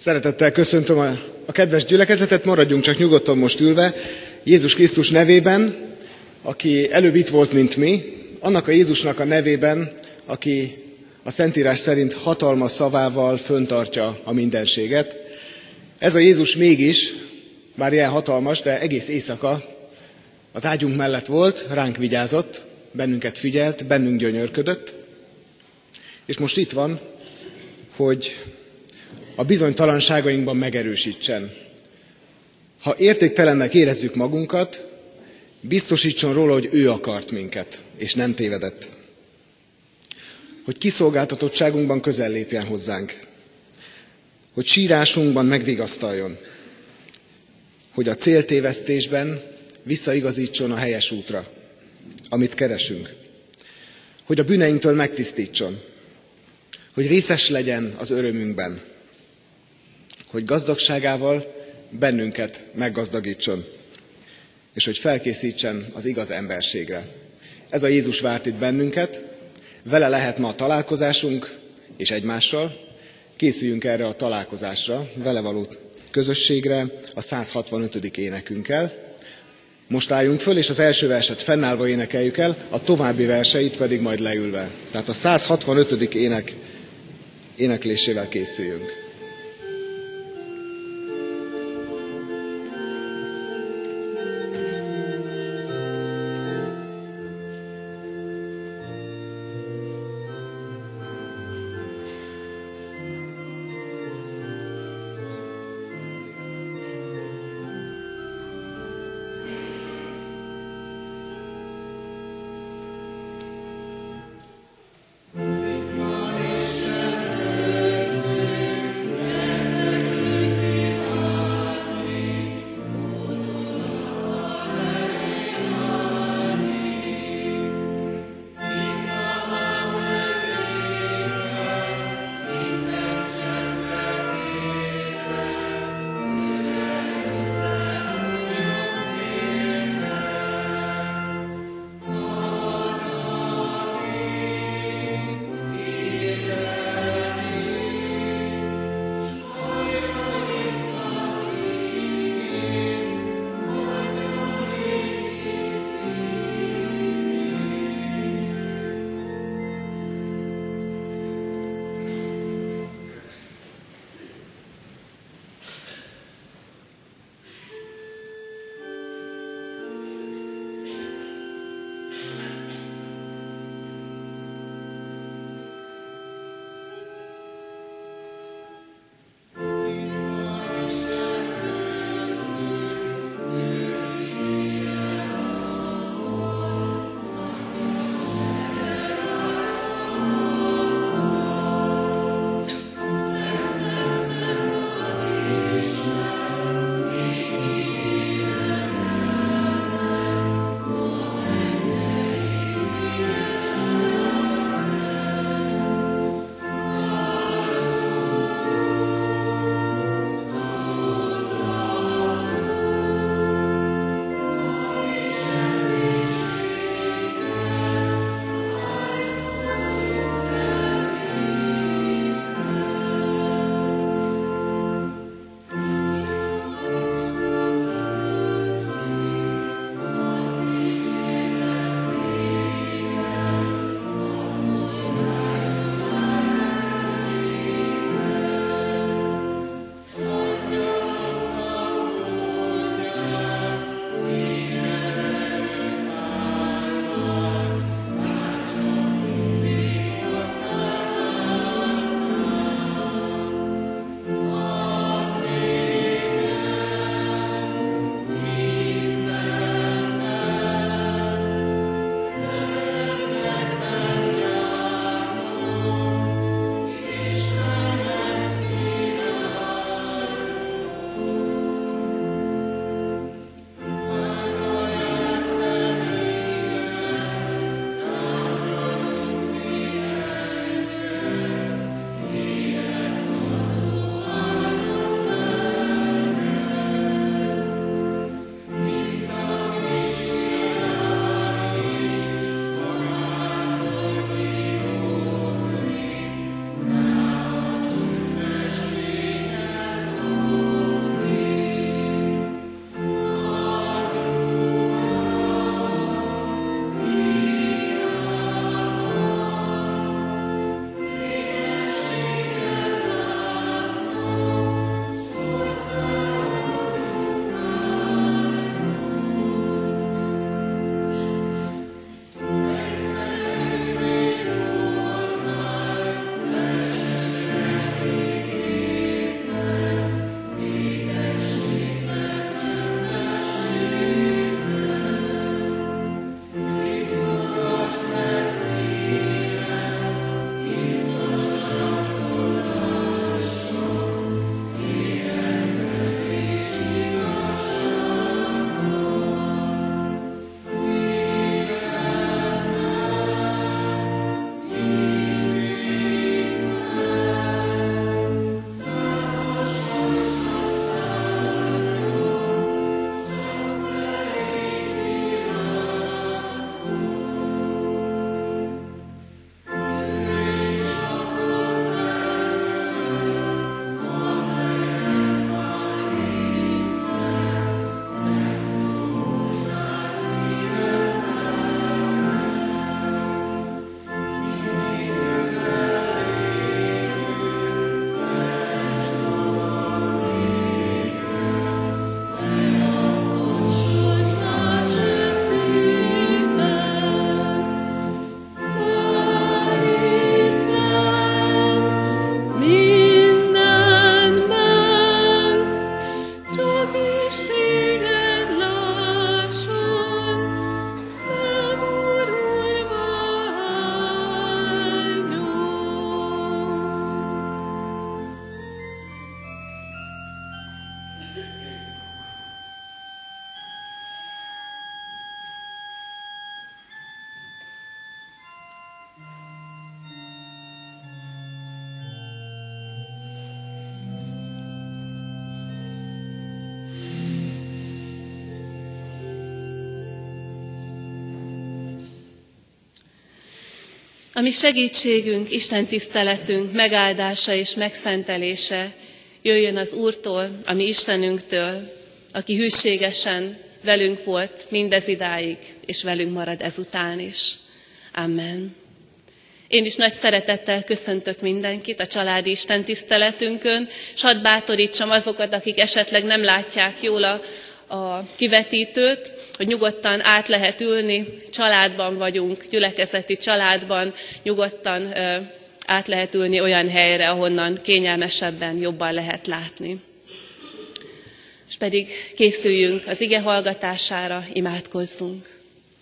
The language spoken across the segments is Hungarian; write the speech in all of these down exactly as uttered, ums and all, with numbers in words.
Szeretettel köszöntöm a, a kedves gyülekezetet, maradjunk csak nyugodtan most ülve. Jézus Krisztus nevében, aki előbb itt volt, mint mi, annak a Jézusnak a nevében, aki a Szentírás szerint hatalmas szavával föntartja a mindenséget. Ez a Jézus mégis, bár ilyen hatalmas, de egész éjszaka az ágyunk mellett volt, ránk vigyázott, bennünket figyelt, bennünk gyönyörködött, és most itt van, hogy a bizonytalanságainkban megerősítsen. Ha értéktelennek érezzük magunkat, biztosítson róla, hogy ő akart minket, és nem tévedett. Hogy kiszolgáltatottságunkban közel lépjen hozzánk. Hogy sírásunkban megvigasztaljon. Hogy a céltévesztésben visszaigazítson a helyes útra, amit keresünk. Hogy a bűneinktől megtisztítson. Hogy részes legyen az örömünkben. Hogy gazdagságával bennünket meggazdagítson, és hogy felkészítsen az igaz emberségre. Ez a Jézus várt itt bennünket, vele lehet ma a találkozásunk, és egymással. Készüljünk erre a találkozásra, vele való közösségre, a száz hatvanötödik énekünkkel. Most álljunk föl, és az első verset fennállva énekeljük el, a további verseit pedig majd leülve. Tehát a száz hatvanötödik ének éneklésével készüljünk. A mi segítségünk, Isten tiszteletünk megáldása és megszentelése jöjjön az Úrtól, a mi Istenünktől, aki hűségesen velünk volt mindez idáig, és velünk marad ezután is. Amen. Én is nagy szeretettel köszöntök mindenkit a családi Isten tiszteletünkön, és hadd bátorítsam azokat, akik esetleg nem látják jól a, a kivetítőt, hogy nyugodtan át lehet ülni, családban vagyunk, gyülekezeti családban, nyugodtan ö, át lehet ülni olyan helyre, ahonnan kényelmesebben, jobban lehet látni. És pedig készüljünk az ige hallgatására, imádkozzunk.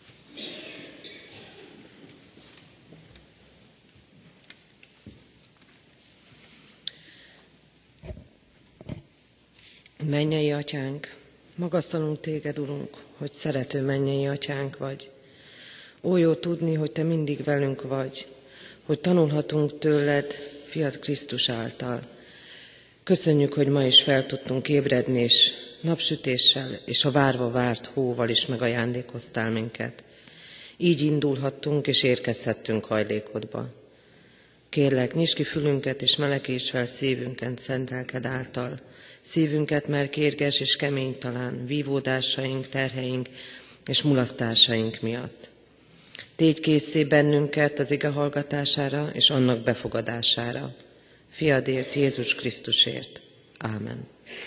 Mennyei Atyánk, magasztalunk Téged, Urunk, hogy szerető mennyei Atyánk vagy. Ó, jó tudni, hogy Te mindig velünk vagy, hogy tanulhatunk tőled, Fiad Krisztus által. Köszönjük, hogy ma is fel tudtunk ébredni, és napsütéssel és a várva várt hóval is megajándékoztál minket. Így indulhattunk és érkezhettünk hajlékodba. Kérlek, nyisd ki fülünket és melegíts fel szívünket szent lelked által. Szívünket, mert kérges és keménytalan, vívódásaink, terheink és mulasztásaink miatt. Tégy készé bennünket az ige hallgatására és annak befogadására. Fiadért, Jézus Krisztusért. Ámen.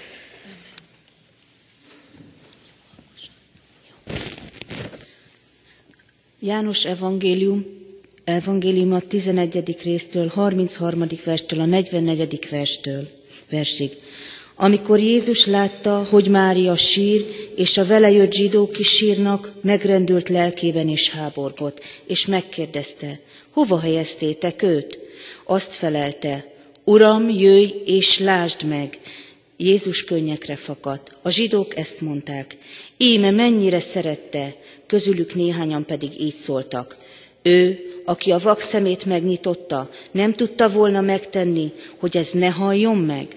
János evangélium, evangélium a tizenegyedik résztől, harmincharmadik verstől a negyvennegyedik verstől, versig. Amikor Jézus látta, hogy Mária sír, és a vele jött zsidók is sírnak, megrendült lelkében és háborgott, és megkérdezte, hova helyeztétek őt? Azt felelte, Uram, jöjj és lásd meg! Jézus könnyekre fakadt. A zsidók ezt mondták, íme mennyire szerette, közülük néhányan pedig így szóltak. Ő, aki a vak szemét megnyitotta, nem tudta volna megtenni, hogy ez ne halljon meg?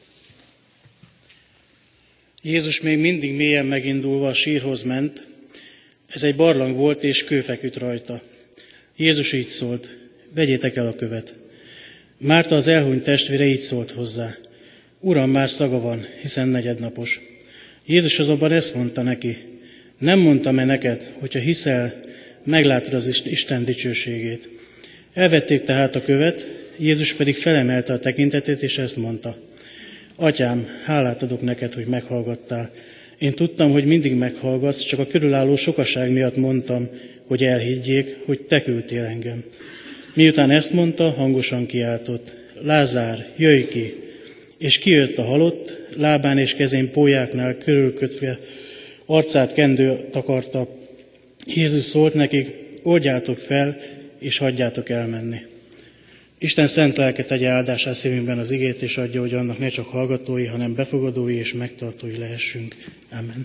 Jézus még mindig mélyen megindulva a sírhoz ment. Ez egy barlang volt, és kő feküdt rajta. Jézus így szólt, vegyétek el a követ. Márta, az elhunyt testvére így szólt hozzá. Uram, már szaga van, hiszen negyednapos. Jézus azonban ezt mondta neki, nem mondtam-e neked, hogyha hiszel, meglátod az Isten dicsőségét. Elvették tehát a követ, Jézus pedig felemelte a tekintetét, és ezt mondta. Atyám, hálát adok neked, hogy meghallgattál. Én tudtam, hogy mindig meghallgatsz, csak a körülálló sokaság miatt mondtam, hogy elhiggyék, hogy te küldtél engem. Miután ezt mondta, hangosan kiáltott, Lázár, jöjj ki! És kijött a halott, lábán és kezén pólyáknál körülkötve, arcát kendő takarta. Jézus szólt nekik, oldjátok fel, és hagyjátok elmenni. Isten szent lelke tegye áldását szívünkben az igét, és adja, hogy annak ne csak hallgatói, hanem befogadói és megtartói lehessünk. Amen.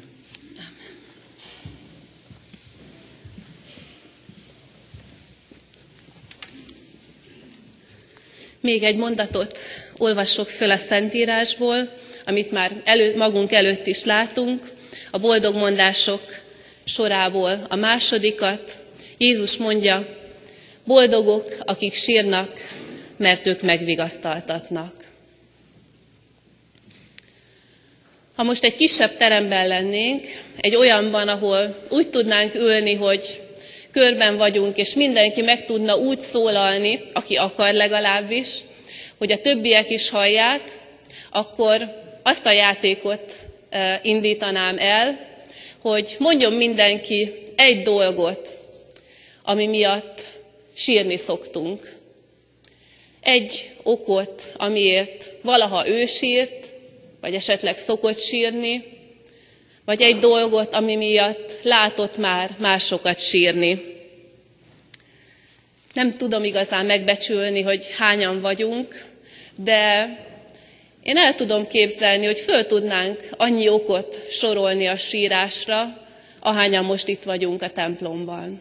Még egy mondatot olvassok föl a Szentírásból, amit már elő, magunk előtt is látunk, a boldog mondások sorából a másodikat. Jézus mondja, boldogok, akik sírnak, mert ők megvigasztaltatnak. Ha most egy kisebb teremben lennénk, egy olyanban, ahol úgy tudnánk ülni, hogy körben vagyunk, és mindenki meg tudna úgy szólalni, aki akar legalábbis, hogy a többiek is hallják, akkor azt a játékot indítanám el, hogy mondjon mindenki egy dolgot, ami miatt sírni szoktunk. Egy okot, amiért valaha ő sírt, vagy esetleg szokott sírni, vagy egy dolgot, ami miatt látott már másokat sírni. Nem tudom igazán megbecsülni, hogy hányan vagyunk, de én el tudom képzelni, hogy föl tudnánk annyi okot sorolni a sírásra, ahányan most itt vagyunk a templomban.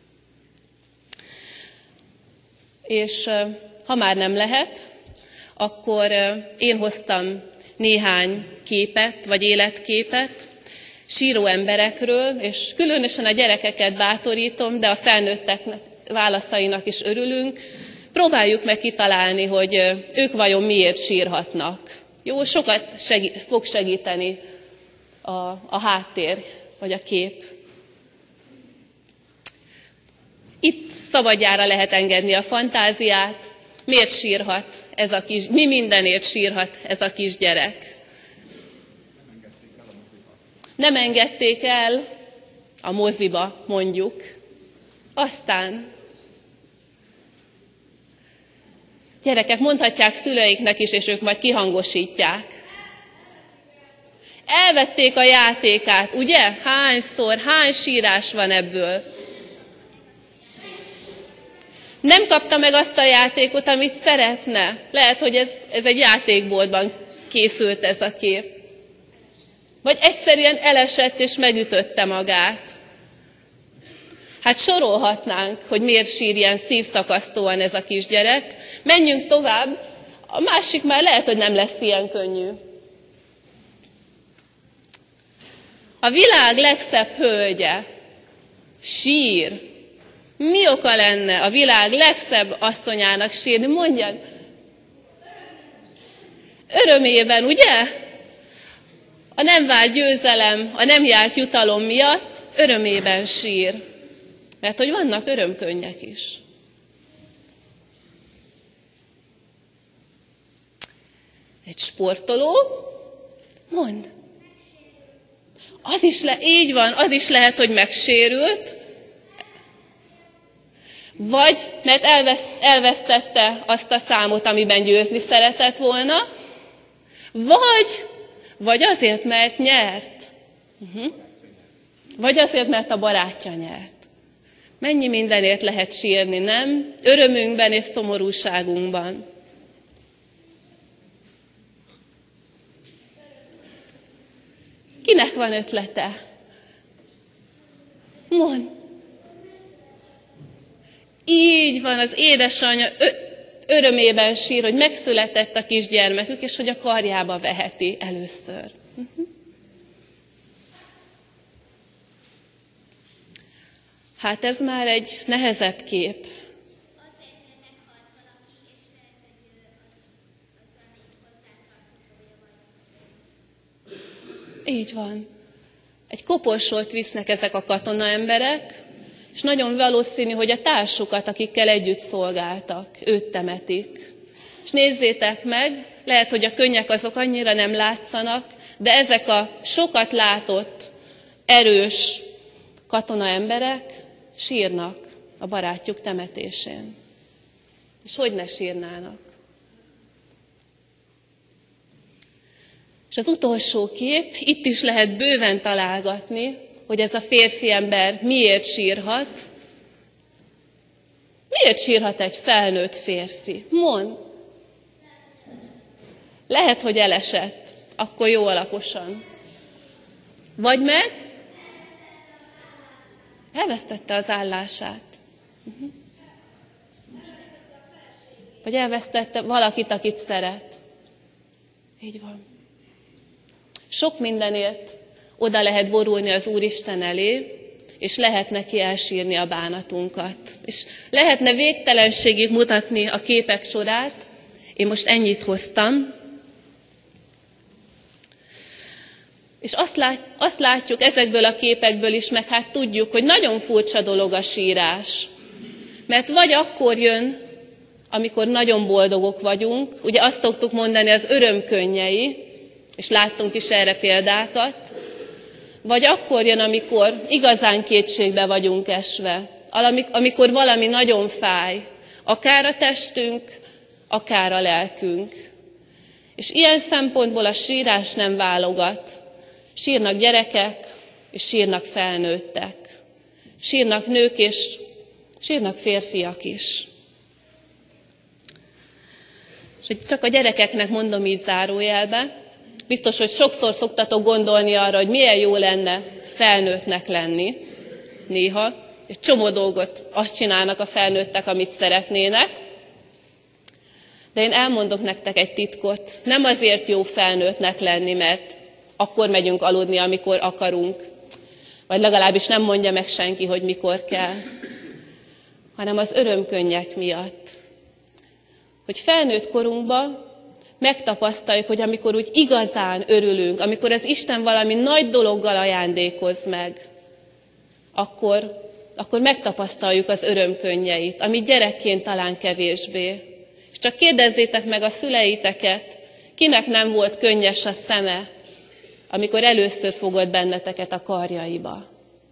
És ha már nem lehet, akkor én hoztam néhány képet, vagy életképet síró emberekről, és különösen a gyerekeket bátorítom, de a felnőtteknek válaszainak is örülünk. Próbáljuk meg kitalálni, hogy ők vajon miért sírhatnak. Jó, sokat segí- fog segíteni a, a háttér, vagy a kép. Itt szabadjára lehet engedni a fantáziát. Miért sírhat ez a kis, mi mindenért sírhat ez a kisgyerek? Nem engedték el a moziba, mondjuk. Aztán gyerekek mondhatják szüleiknek is, és ők majd kihangosítják. Elvették a játékát, ugye? Hányszor, hány sírás van ebből? Nem kapta meg azt a játékot, amit szeretne. Lehet, hogy ez, ez egy játékboltban készült ez a kép. Vagy egyszerűen elesett és megütötte magát. Hát sorolhatnánk, hogy miért sír ilyen szívszakasztóan ez a kisgyerek. Menjünk tovább, a másik már lehet, hogy nem lesz ilyen könnyű. A világ legszebb hölgye sír. Mi oka lenne a világ legszebb asszonyának sírni? Mondjad! Örömében, ugye? A nem várt győzelem, a nem járt jutalom miatt örömében sír. Mert hogy vannak örömkönnyek is. Egy sportoló, mondd. Az is le, így van, az is lehet, hogy megsérült, vagy mert elveszt, elvesztette azt a számot, amiben győzni szeretett volna, vagy, vagy azért, mert nyert. Uh-huh. Vagy azért, mert a barátja nyert. Mennyi mindenért lehet sírni, nem? Örömünkben és szomorúságunkban. Kinek van ötlete? Mondd. Így van, az édesanyja örömében sír, hogy megszületett a kisgyermekük, és hogy a karjába veheti először. Uh-huh. Hát ez már egy nehezebb kép. Így van. Egy koporsót visznek ezek a katona emberek, és nagyon valószínű, hogy a társukat, akikkel együtt szolgáltak, őt temetik. És nézzétek meg, lehet, hogy a könnyek azok annyira nem látszanak, de ezek a sokat látott, erős katona emberek sírnak a barátjuk temetésén. És hogy ne sírnának? És az utolsó kép, itt is lehet bőven találgatni, hogy ez a férfi ember miért sírhat. Miért sírhat egy felnőtt férfi? Mondd! Lehet, hogy elesett, akkor jó alaposan. Vagy meg elvesztette az állását. Uh-huh. Vagy elvesztette valakit, akit szeret. Így van. Sok mindenért oda lehet borulni az Úristen elé, és lehet neki elsírni a bánatunkat. És lehetne végtelenségig mutatni a képek sorát. Én most ennyit hoztam. És azt, lát, azt látjuk ezekből a képekből is, meg hát tudjuk, hogy nagyon furcsa dolog a sírás. Mert vagy akkor jön, amikor nagyon boldogok vagyunk, ugye azt szoktuk mondani, az öröm könnyei, és láttunk is erre példákat, vagy akkor jön, amikor igazán kétségbe vagyunk esve, amikor valami nagyon fáj, akár a testünk, akár a lelkünk. És ilyen szempontból a sírás nem válogat. Sírnak gyerekek, és sírnak felnőttek. Sírnak nők, és sírnak férfiak is. És csak a gyerekeknek mondom így zárójelbe, biztos, hogy sokszor szoktatok gondolni arra, hogy milyen jó lenne felnőttnek lenni néha. Egy csomó dolgot azt csinálnak a felnőttek, amit szeretnének. De én elmondok nektek egy titkot. Nem azért jó felnőttnek lenni, mert akkor megyünk aludni, amikor akarunk. Vagy legalábbis nem mondja meg senki, hogy mikor kell. hanem az örömkönnyek miatt. Hogy felnőtt korunkban megtapasztaljuk, hogy amikor úgy igazán örülünk, amikor az Isten valami nagy dologgal ajándékoz meg, akkor, akkor megtapasztaljuk az örömkönnyeit, ami gyerekként talán kevésbé. És csak kérdezzétek meg a szüleiteket, kinek nem volt könnyes a szeme, amikor először fogott benneteket a karjaiba.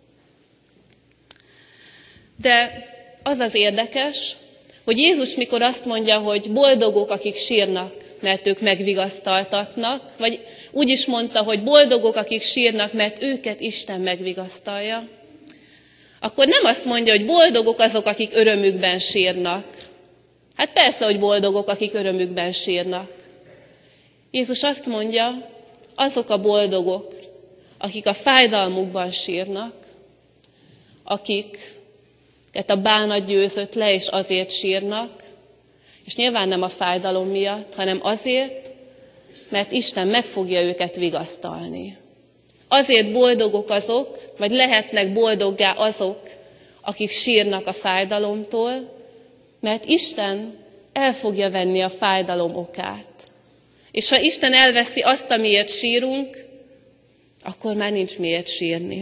De az az érdekes, hogy Jézus mikor azt mondja, hogy boldogok, akik sírnak, mert ők megvigasztaltatnak, vagy úgy is mondta, hogy boldogok, akik sírnak, mert őket Isten megvigasztalja, akkor nem azt mondja, hogy boldogok azok, akik örömükben sírnak. Hát persze, hogy boldogok, akik örömükben sírnak. Jézus azt mondja, azok a boldogok, akik a fájdalmukban sírnak, akiket a bánat győzött le, és azért sírnak, és nyilván nem a fájdalom miatt, hanem azért, mert Isten meg fogja őket vigasztalni. Azért boldogok azok, vagy lehetnek boldoggá azok, akik sírnak a fájdalomtól, mert Isten el fogja venni a fájdalom okát. És ha Isten elveszi azt, amiért sírunk, akkor már nincs miért sírni.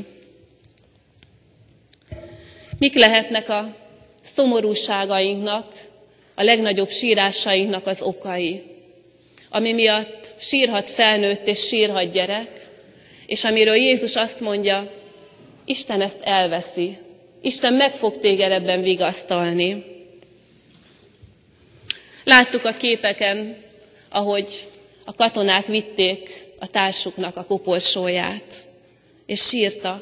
Mik lehetnek a szomorúságainknak, a legnagyobb sírásainknak az okai, ami miatt sírhat felnőtt és sírhat gyerek, és amiről Jézus azt mondja, Isten ezt elveszi, Isten meg fog téged ebben vigasztalni. Láttuk a képeken, ahogy a katonák vitték a társuknak a koporsóját, és sírtak.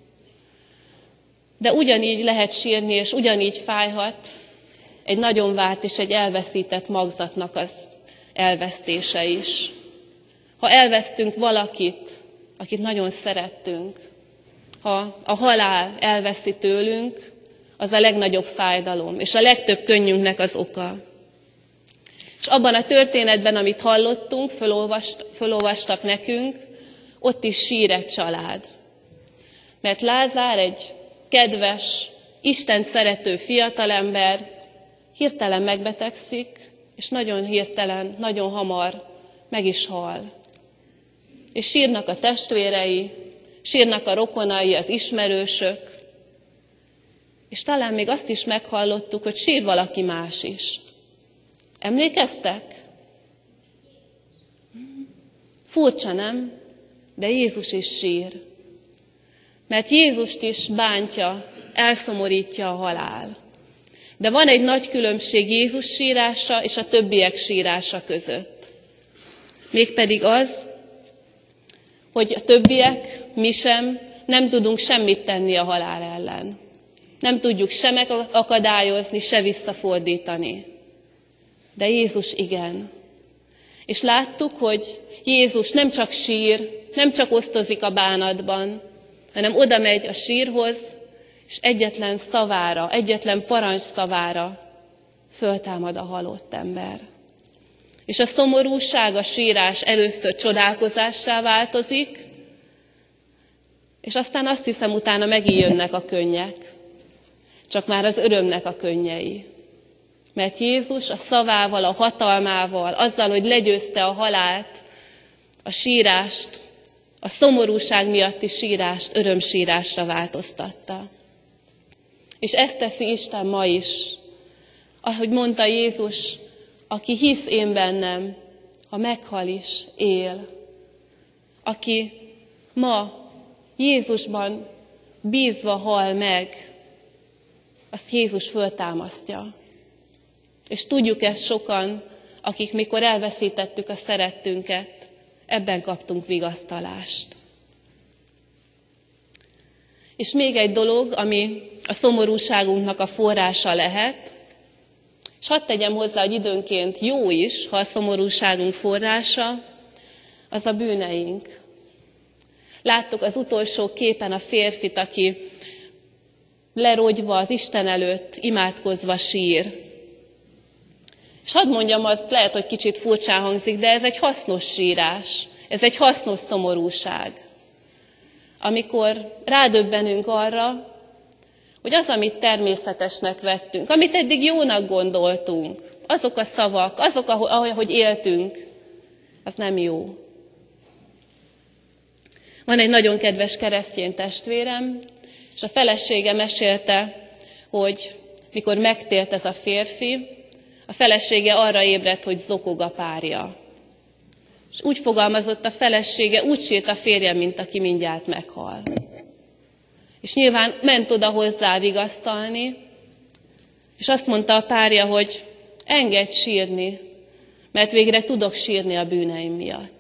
De ugyanígy lehet sírni, és ugyanígy fájhat egy nagyon várt és egy elveszített magzatnak az elvesztése is. Ha elvesztünk valakit, akit nagyon szerettünk, ha a halál elveszi tőlünk, az a legnagyobb fájdalom, és a legtöbb könnyünknek az oka. És abban a történetben, amit hallottunk, fölolvast, fölolvastak nekünk, ott is sír egy család. Mert Lázár egy kedves, Isten szerető fiatalember hirtelen megbetegszik, és nagyon hirtelen, nagyon hamar meg is hal. És sírnak a testvérei, sírnak a rokonai, az ismerősök, és talán még azt is meghallottuk, hogy sír valaki más is. Emlékeztek? Furcsa, nem? De Jézus is sír. Mert Jézust is bántja, elszomorítja a halál. De van egy nagy különbség Jézus sírása és a többiek sírása között. Mégpedig az, hogy a többiek, mi sem, nem tudunk semmit tenni a halál ellen. Nem tudjuk se megakadályozni, se visszafordítani. De Jézus igen. És láttuk, hogy Jézus nem csak sír, nem csak osztozik a bánatban, hanem oda megy a sírhoz, és egyetlen szavára, egyetlen parancs szavára föltámad a halott ember. És a szomorúság, a sírás először csodálkozássá változik, és aztán azt hiszem, utána megint jönnek a könnyek, csak már az örömnek a könnyei. Mert Jézus a szavával, a hatalmával, azzal, hogy legyőzte a halált, a sírást, a szomorúság miatti sírást örömsírásra változtatta. És ezt teszi Isten ma is. Ahogy mondta Jézus, aki hisz én bennem, ha meghal is, él. Aki ma Jézusban bízva hal meg, azt Jézus föltámasztja. És tudjuk ezt sokan, akik mikor elveszítettük a szerettünket, ebben kaptunk vigasztalást. És még egy dolog, ami a szomorúságunknak a forrása lehet, és hadd tegyem hozzá, hogy időnként jó is, ha a szomorúságunk forrása, az a bűneink. Láttuk az utolsó képen a férfit, aki lerogyva az Isten előtt, imádkozva sír. És hadd mondjam, az lehet, hogy kicsit furcsán hangzik, de ez egy hasznos sírás, ez egy hasznos szomorúság. Amikor rádöbbenünk arra, hogy az, amit természetesnek vettünk, amit eddig jónak gondoltunk, azok a szavak, azok, ahogy éltünk, az nem jó. Van egy nagyon kedves keresztény testvérem, és a felesége mesélte, hogy mikor megtért ez a férfi, a felesége arra ébredt, hogy zokog a párja. És úgy fogalmazott a felesége, úgy sírt a férjem, mint aki mindjárt meghal. És nyilván ment oda hozzá vigasztalni, és azt mondta a párja, hogy engedj sírni, mert végre tudok sírni a bűneim miatt.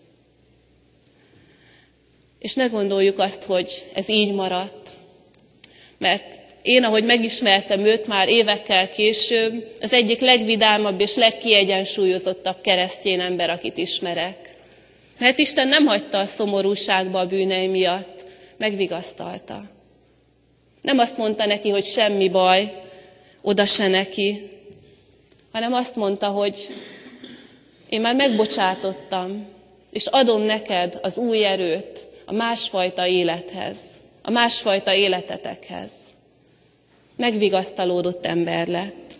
És ne gondoljuk azt, hogy ez így maradt, mert én, ahogy megismertem őt már évekkel később, az egyik legvidámabb és legkiegyensúlyozottabb keresztény ember, akit ismerek. Mert Isten nem hagyta a szomorúságba a bűnei miatt, megvigasztalta. Nem azt mondta neki, hogy semmi baj, oda se neki, hanem azt mondta, hogy én már megbocsátottam, és adom neked az új erőt a másfajta élethez, a másfajta életetekhez. Megvigasztalódott ember lett.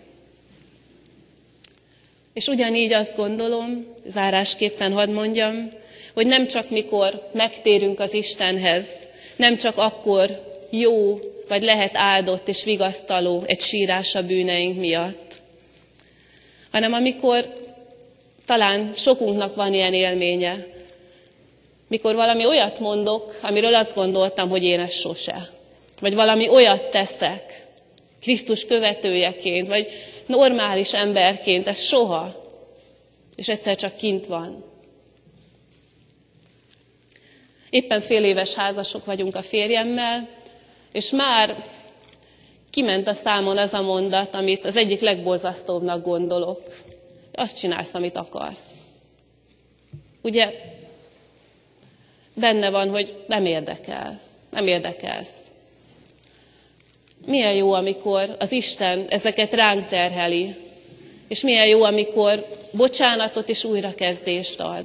És ugyanígy azt gondolom, zárásképpen hadd mondjam, hogy nem csak mikor megtérünk az Istenhez, nem csak akkor jó, vagy lehet áldott és vigasztaló egy sírás a bűneink miatt, hanem amikor talán sokunknak van ilyen élménye, mikor valami olyat mondok, amiről azt gondoltam, hogy én ezt sose. Vagy valami olyat teszek, Krisztus követőjeként, vagy normális emberként, ez soha. És egyszer csak kint van. Éppen fél éves házasok vagyunk a férjemmel, és már kiment a számon az a mondat, amit az egyik legborzasztóbbnak gondolok. Azt csinálsz, amit akarsz. Ugye benne van, hogy nem érdekel, nem érdekelsz. Milyen jó, amikor az Isten ezeket ránk terheli, és milyen jó, amikor bocsánatot és újrakezdést ad.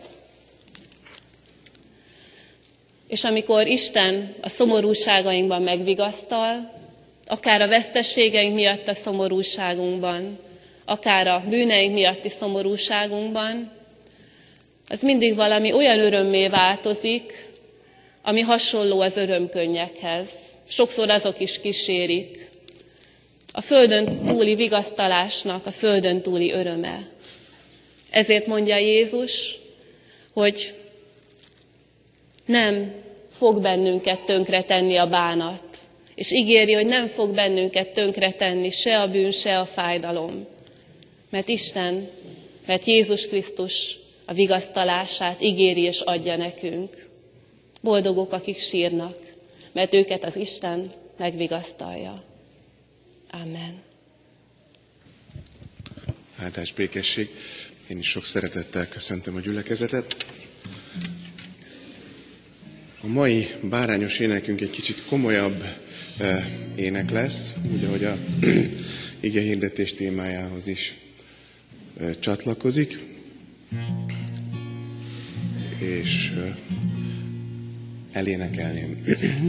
És amikor Isten a szomorúságainkban megvigasztal, akár a vesztességeink miatt a szomorúságunkban, akár a bűneink miatti szomorúságunkban, az mindig valami olyan örömmé változik, ami hasonló az örömkönnyekhez. Sokszor azok is kísérik. A földön túli vigasztalásnak a földön túli öröme. Ezért mondja Jézus, hogy nem fog bennünket tönkretenni a bánat. És ígéri, hogy nem fog bennünket tönkretenni se a bűn, se a fájdalom. Mert Isten, mert Jézus Krisztus a vigasztalását ígéri és adja nekünk. Boldogok, akik sírnak, mert őket az Isten megvigasztalja. Amen. Áldás, békesség. Én is sok szeretettel köszöntöm a gyülekezetet. A mai bárányos énekünk egy kicsit komolyabb ének lesz, úgy, ahogy a igehirdetés témájához is csatlakozik. És elénekelném.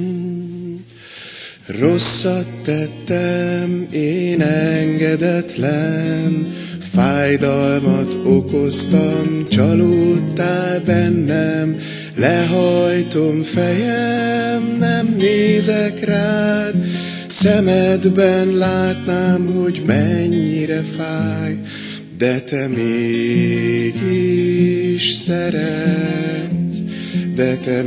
Rosszat tettem, én engedetlen, fájdalmat okoztam, csalódtál bennem, lehajtom fejem, nem nézek rád, szemedben látnám, hogy mennyire fáj, de te mégis szeretsz, de te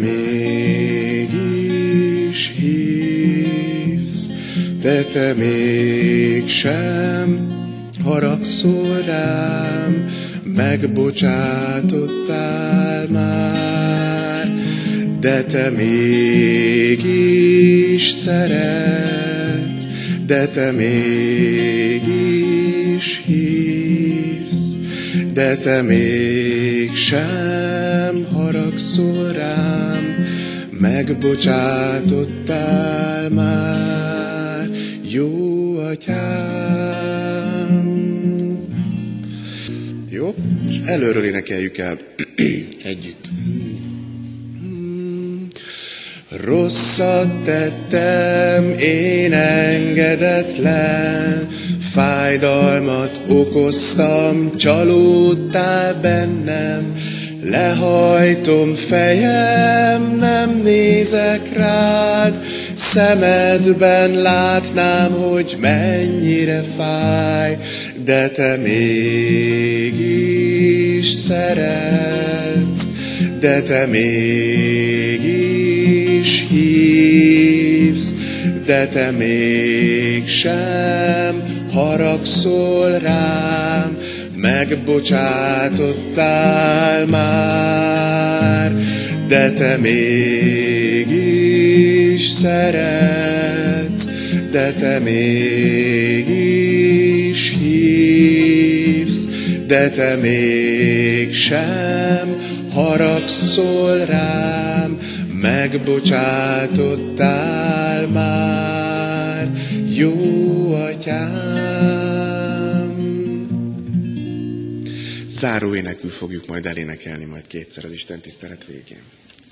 mégis hívsz, de te mégsem haragszol rám, megbocsátottál már, de te mégis szeretsz, de te mégis hívsz, de te mégsem haragszol rám, megbocsátottál már, jó atyám. Jó, és előről énekeljük el együtt. Rosszat tettem, én engedetlen, fájdalmat okoztam, csalódtál bennem. Lehajtom fejem, nem nézek rád, szemedben látnám, hogy mennyire fáj, de te mégis szeretsz, de te mégis hívsz, de te mégsem haragszol rám, megbocsátottál már, de te mégis szeretsz, de te mégis hívsz, de te mégsem haragszol rám, megbocsátottál már, jó atyám. Záró énekül fogjuk majd elénekelni majd kétszer az Isten tisztelet végén.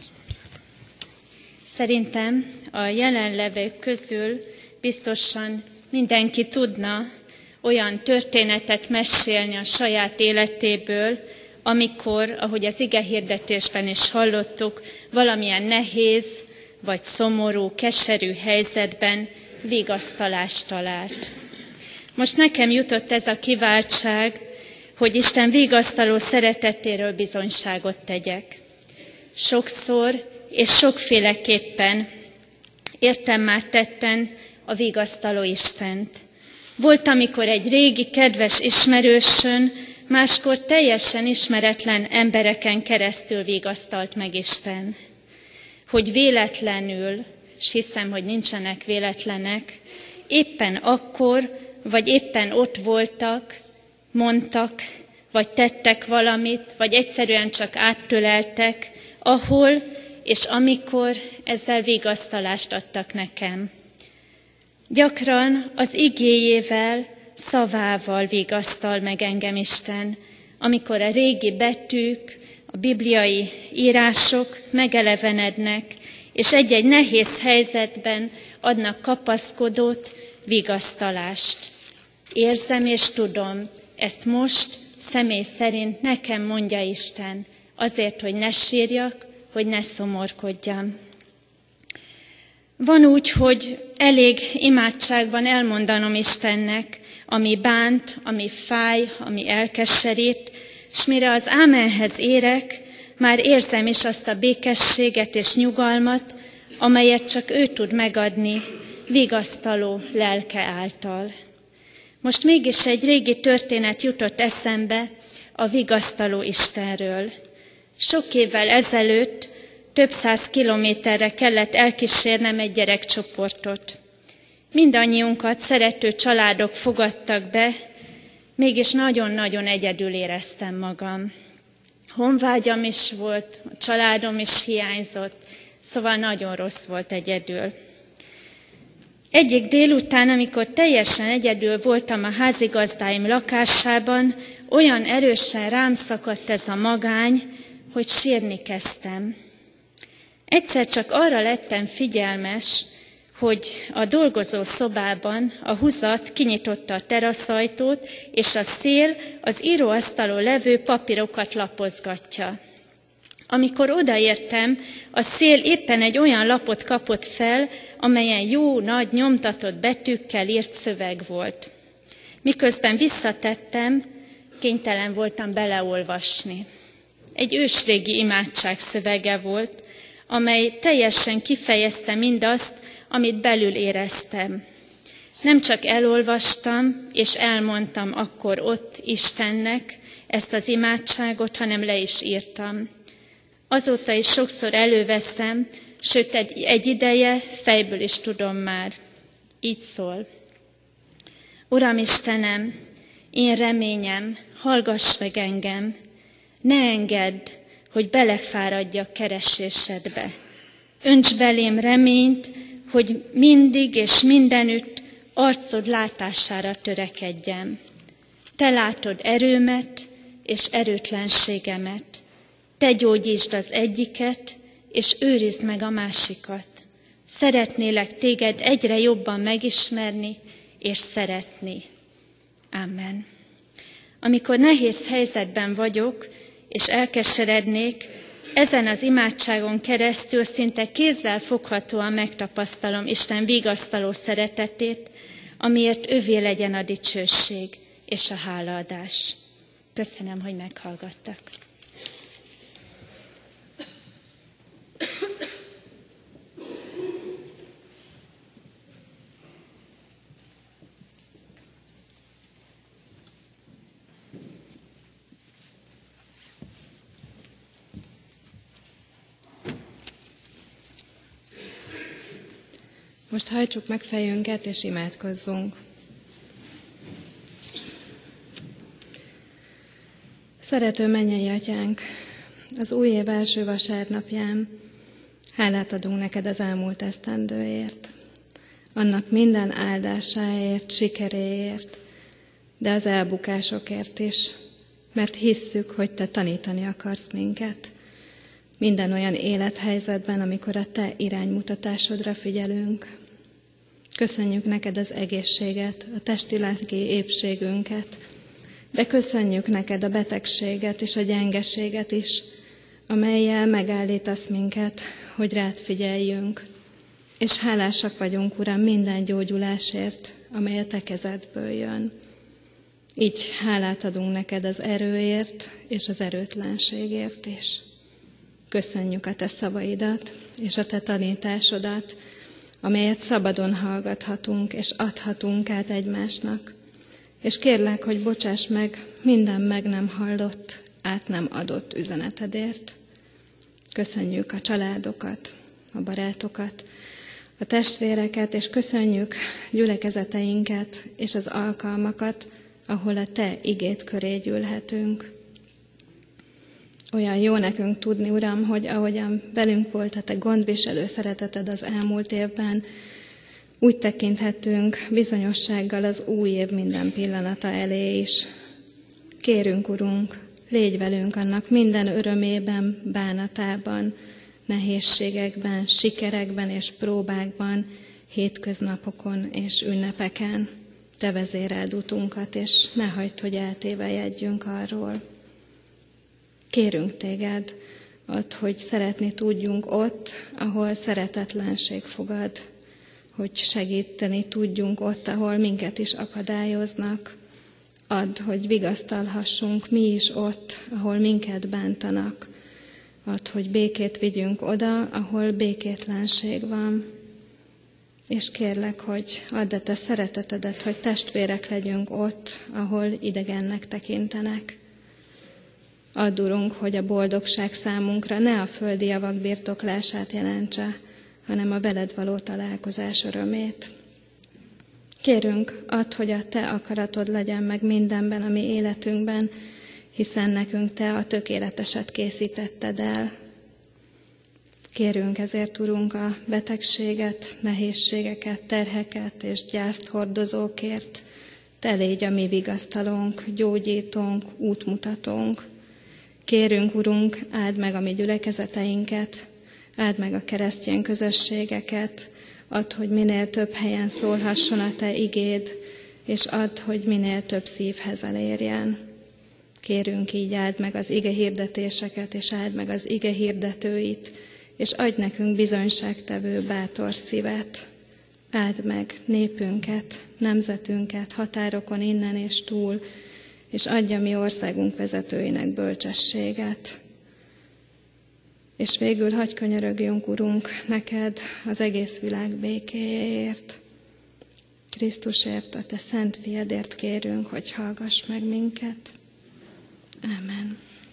Szerintem a jelenlevők közül biztosan mindenki tudna olyan történetet mesélni a saját életéből, amikor, ahogy az igehirdetésben is hallottuk, valamilyen nehéz vagy szomorú, keserű helyzetben vigasztalást talált. Most nekem jutott ez a kiváltság, hogy Isten vigasztaló szeretetéről bizonyságot tegyek. Sokszor és sokféleképpen értem már tetten a vigasztaló Istent. Volt, amikor egy régi kedves ismerősön, máskor teljesen ismeretlen embereken keresztül vigasztalt meg Isten. Hogy véletlenül, és hiszem, hogy nincsenek véletlenek, éppen akkor, vagy éppen ott voltak, mondtak, vagy tettek valamit, vagy egyszerűen csak áttöleltek, ahol és amikor ezzel vigasztalást adtak nekem. Gyakran az igéjével, szavával vigasztal meg engem Isten, amikor a régi betűk, a bibliai írások megelevenednek, és egy-egy nehéz helyzetben adnak kapaszkodót, vigasztalást. Érzem és tudom, ezt most személy szerint nekem mondja Isten, azért, hogy ne sírjak, hogy ne szomorkodjam. Van úgy, hogy elég imádságban elmondanom Istennek, ami bánt, ami fáj, ami elkeserít, és mire az ámenhez érek, már érzem is azt a békességet és nyugalmat, amelyet csak ő tud megadni, vigasztaló lelke által. Most mégis egy régi történet jutott eszembe a vigasztaló Istenről. Sok évvel ezelőtt több száz kilométerre kellett elkísérnem egy gyerekcsoportot. Mindannyiunkat szerető családok fogadtak be, mégis nagyon-nagyon egyedül éreztem magam. Honvágyam is volt, a családom is hiányzott, szóval nagyon rossz volt egyedül. Egyik délután, amikor teljesen egyedül voltam a házigazdáim lakásában, olyan erősen rám szakadt ez a magány, hogy sírni kezdtem. Egyszer csak arra lettem figyelmes, hogy a dolgozó szobában a húzat kinyitotta a teraszajtót, és a szél az íróasztalon levő papírokat lapozgatja. Amikor odaértem, a szél éppen egy olyan lapot kapott fel, amelyen jó, nagy, nyomtatott betűkkel írt szöveg volt. Miközben visszatettem, kénytelen voltam beleolvasni. Egy ősrégi imádság szövege volt, amely teljesen kifejezte mindazt, amit belül éreztem. Nem csak elolvastam, és elmondtam akkor ott Istennek ezt az imádságot, hanem le is írtam. Azóta is sokszor előveszem, sőt egy, egy ideje fejből is tudom már. Így szól. Uram Istenem, én reményem, hallgass meg engem, ne engedd, hogy belefáradjak keresésedbe. Önts belém reményt, hogy mindig és mindenütt arcod látására törekedjem. Te látod erőmet és erőtlenségemet. Te gyógyítsd az egyiket, és őrizd meg a másikat. Szeretnélek téged egyre jobban megismerni és szeretni. Amen. Amikor nehéz helyzetben vagyok, és elkeserednék, ezen az imádságon keresztül szinte kézzel foghatóan megtapasztalom Isten vigasztaló szeretetét, amiért övé legyen a dicsőség és a hálaadás. Köszönöm, hogy meghallgattak. Most hajtsuk meg fejünket, és imádkozzunk. Szerető mennyei Atyánk, az új év első vasárnapján hálát adunk neked az elmúlt esztendőért, annak minden áldásáért, sikeréért, de az elbukásokért is, mert hisszük, hogy te tanítani akarsz minket. Minden olyan élethelyzetben, amikor a te iránymutatásodra figyelünk. Köszönjük neked az egészséget, a testi-lelki épségünket, de köszönjük neked a betegséget és a gyengeséget is, amellyel megállítasz minket, hogy rád figyeljünk. És hálásak vagyunk, Uram, minden gyógyulásért, amely a te kezedből jön. Így hálát adunk neked az erőért és az erőtlenségért is. Köszönjük a te szavaidat és a te tanításodat, amelyet szabadon hallgathatunk és adhatunk át egymásnak. És kérlek, hogy bocsáss meg minden meg nem hallott, át nem adott üzenetedért. Köszönjük a családokat, a barátokat, a testvéreket, és köszönjük gyülekezeteinket és az alkalmakat, ahol a te igéd köré gyűlhetünk. Olyan jó nekünk tudni, Uram, hogy ahogyan velünk volt a te gondviselő szereteted az elmúlt évben, úgy tekinthetünk bizonyossággal az új év minden pillanata elé is. Kérünk, Urunk, légy velünk annak minden örömében, bánatában, nehézségekben, sikerekben és próbákban, hétköznapokon és ünnepeken. Te vezéreld utunkat, és ne hagyd, hogy eltévejedjünk arról. Kérünk téged, add, hogy szeretni tudjunk ott, ahol szeretetlenség fogad, hogy segíteni tudjunk ott, ahol minket is akadályoznak. Add, hogy vigasztalhassunk mi is ott, ahol minket bántanak. Add, hogy békét vigyünk oda, ahol békétlenség van. És kérlek, hogy add a te szeretetedet, hogy testvérek legyünk ott, ahol idegennek tekintenek. Add, Urunk, hogy a boldogság számunkra ne a földi javak birtoklását jelentse, hanem a veled való találkozás örömét. Kérünk, add, hogy a te akaratod legyen meg mindenben a mi életünkben, hiszen nekünk te a tökéleteset készítetted el. Kérünk ezért, Urunk, a betegséget, nehézségeket, terheket és gyászt hordozókért. Te légy a mi vigasztalónk, gyógyítónk, útmutatónk. Kérünk, Urunk, áld meg a mi gyülekezeteinket, áld meg a keresztény közösségeket, add, hogy minél több helyen szólhasson a te igéd, és add, hogy minél több szívhez elérjen. Kérünk, így áld meg az ige hirdetéseket, és áld meg az ige hirdetőit, és adj nekünk bizonyságtevő bátor szívet. Áld meg népünket, nemzetünket, határokon innen és túl, és adja mi országunk vezetőinek bölcsességet. És végül hagy könyörögjünk, Urunk, neked az egész világ békéjéért. Krisztusért, a te szent fiadért kérünk, hogy hallgass meg minket. Amen.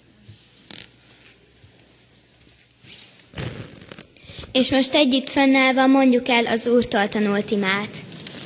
És most együtt fennállva mondjuk el az Úrtól tanult imát.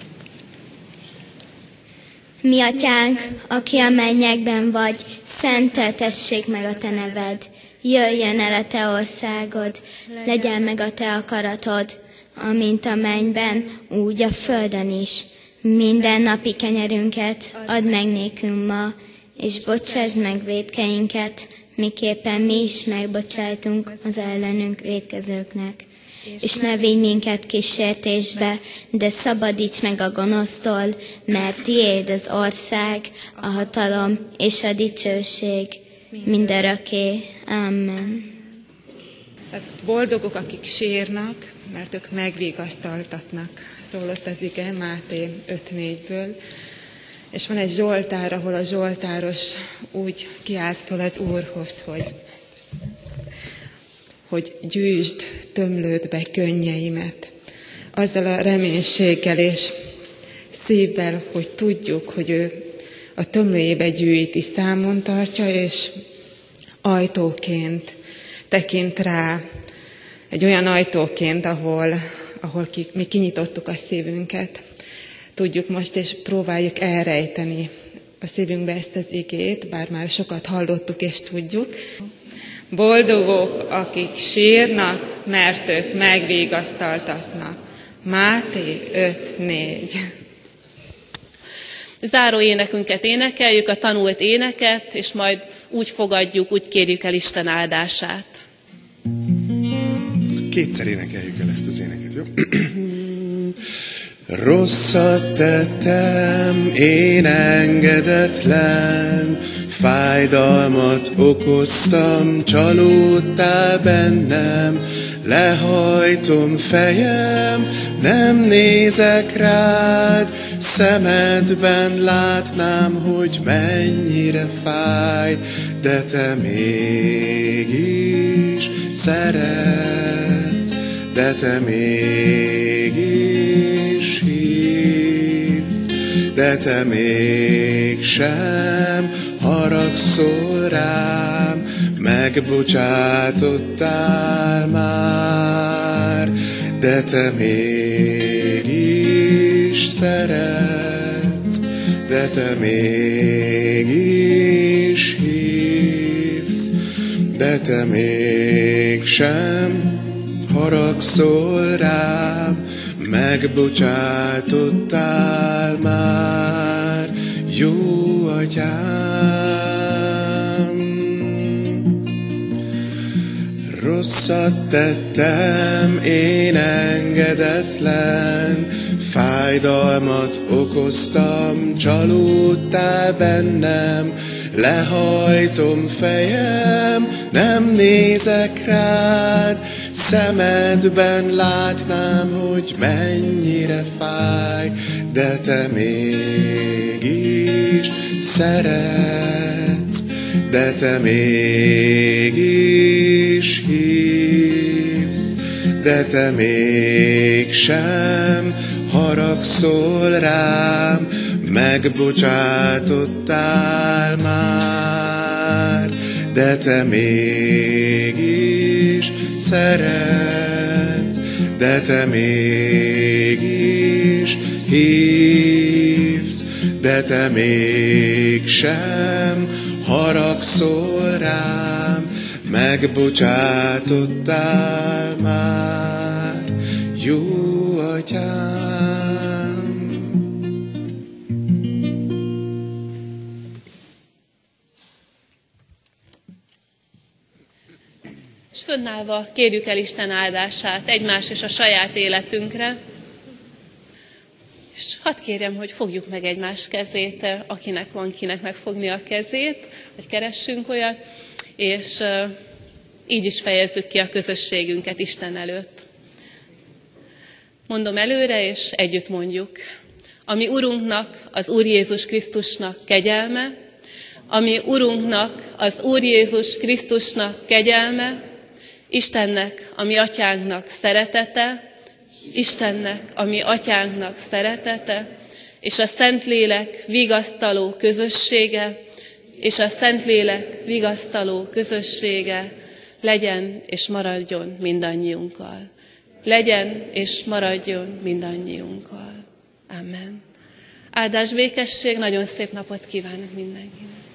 Mi atyánk, aki a mennyekben vagy, szenteltessék meg a te neved. Jöjjön el a te országod, legyen meg a te akaratod, amint a mennyben, úgy a földön is. Minden napi kenyerünket add meg nékünk ma, és bocsásd meg vétkeinket, miképpen mi is megbocsájtunk az ellenünk vétkezőknek. És ne vigy minket kísértésbe, de szabadíts meg a gonosztól, mert tiéd az ország, a hatalom és a dicsőség mindörökké. Amen. Tehát boldogok, akik sírnak, mert ők megvigasztaltatnak, szólott az ige Máté öt négyből. És van egy zsoltár, ahol a zsoltáros úgy kiált föl az Úrhoz, hogy, hogy gyűjtsd tömlődbe könnyeimet. Azzal a reménységgel és szívvel, hogy tudjuk, hogy ő a tömlőjébe gyűjti, számon tartja, és ajtóként tekint rá, egy olyan ajtóként, ahol, ahol ki, mi kinyitottuk a szívünket. Tudjuk most, és próbáljuk elrejteni a szívünkbe ezt az igét, bár már sokat hallottuk és tudjuk. Boldogok, akik sírnak, mert ők megvigasztaltatnak. Máté öt négy. Záró énekünket énekeljük, a tanult éneket, és majd úgy fogadjuk, úgy kérjük el Isten áldását. Kétszer énekeljük el ezt az éneket, jó? Rosszat tettem, én engedetlen, fájdalmat okoztam, csalódtál bennem, lehajtom fejem, nem nézek rád, szemedben látnám, hogy mennyire fáj, de te mégis szeretsz, de te mégis hívsz, de te mégsem haragszol rám, megbocsátottál már, de te mégis szeretsz, de te mégis hívsz, de te mégsem haragszol rám, megbocsátottál már, jó atyám. Rosszat tettem, én engedetlen, fájdalmat okoztam, csalódtál bennem, lehajtom fejem, nem nézek rád, szemedben látnám, hogy mennyire fáj, de te mégis szeretsz, de te mégis hívsz, de te mégsem haragszol rám, megbocsátottál már, de te mégis szeretsz, de te mégis hívsz, de te mégsem haragszol rám, megbocsátottál már, jó atyám. És fönnállva kérjük el Isten áldását egymás és a saját életünkre. És hadd kérjem, hogy fogjuk meg egymás kezét, akinek van kinek megfogni a kezét, vagy keressünk olyat, és így is fejezzük ki a közösségünket Isten előtt. Mondom előre, és együtt mondjuk. Ami Urunknak, az Úr Jézus Krisztusnak kegyelme, ami Urunknak, az Úr Jézus Krisztusnak kegyelme, Istennek, a mi atyánknak szeretete, Istennek, a mi atyánknak szeretete, és a Szentlélek vigasztaló közössége, és a Szentlélek vigasztaló közössége legyen és maradjon mindannyiunkkal. Legyen és maradjon mindannyiunkkal. Amen. Áldás, békesség, nagyon szép napot kívánok mindenkinek.